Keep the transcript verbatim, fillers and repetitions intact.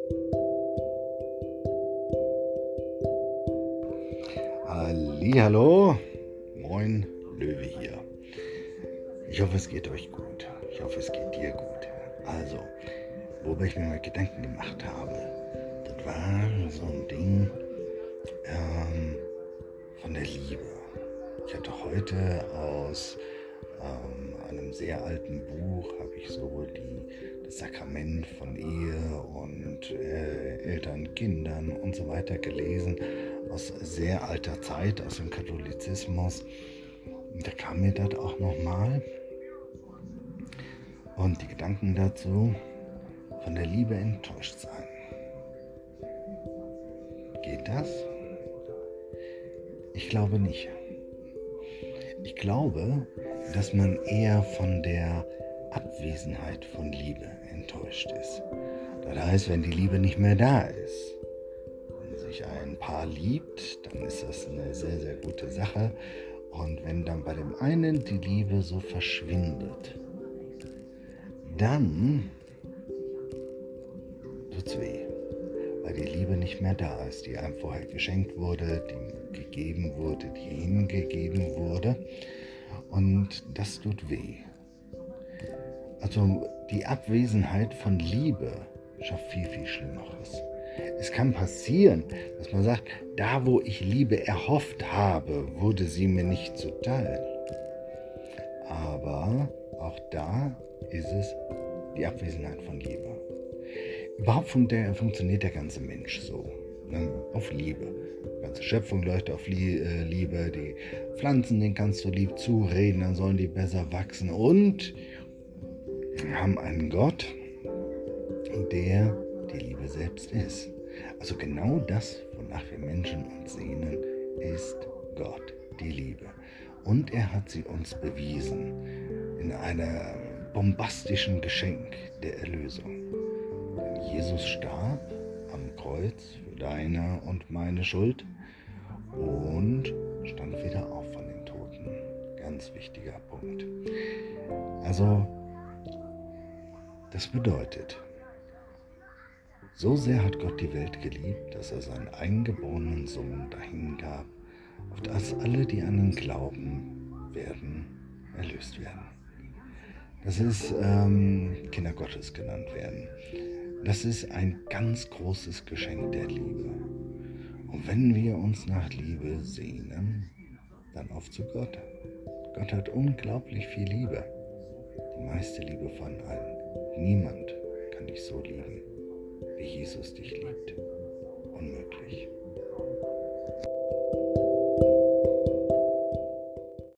Hallihallo, moin, Löwe hier. Ich hoffe, es geht euch gut. Ich hoffe, es geht dir gut. Also, worüber ich mir mal Gedanken gemacht habe, das war so ein Ding ähm, von der Liebe. Ich hatte heute aus ähm, einem sehr alten Buch, habe ich so die, das Sakrament von Ehe und äh, Eltern, Kindern und so weiter gelesen, aus sehr alter Zeit, aus dem Katholizismus. Und da kam mir das auch nochmal. Und die Gedanken dazu, von der Liebe enttäuscht sein. Geht das? Ich glaube nicht. Ich glaube, dass man eher von der Abwesenheit von Liebe enttäuscht ist. Das heißt, wenn die Liebe nicht mehr da ist, wenn sich ein Paar liebt, dann ist das eine sehr, sehr gute Sache. Und wenn dann bei dem einen die Liebe so verschwindet, dann tut's weh, weil die Liebe nicht mehr da ist, die einem vorher geschenkt wurde, die gegeben wurde, die hingegeben wurde. Und das tut weh. Also die Abwesenheit von Liebe schafft viel, viel Schlimmeres. Es kann passieren, dass man sagt, da wo ich Liebe erhofft habe, wurde sie mir nicht zuteil. Aber auch da ist es die Abwesenheit von Liebe. Überhaupt fun- der, funktioniert der ganze Mensch so, ne? Auf Liebe. Die ganze Schöpfung läuft auf Lie- äh, Liebe. Die Pflanzen, denen kannst du lieb zureden, dann sollen die besser wachsen. Und wir haben einen Gott, der die Liebe selbst ist. Also genau das, wonach wir Menschen uns sehnen, ist Gott, die Liebe. Und er hat sie uns bewiesen in einem bombastischen Geschenk der Erlösung. Denn Jesus starb am Kreuz für deine und meine Schuld und stand wieder auf von den Toten. Ganz wichtiger Punkt. Also, das bedeutet, so sehr hat Gott die Welt geliebt, dass er seinen eingeborenen Sohn dahingab, auf das alle, die an ihn glauben, werden erlöst werden. Das ist ähm, Kinder Gottes genannt werden. Das ist ein ganz großes Geschenk der Liebe. Und wenn wir uns nach Liebe sehnen, dann auf zu Gott. Gott hat unglaublich viel Liebe. Die meiste Liebe von allen. Niemand kann dich so lieben, wie Jesus dich liebt. Unmöglich.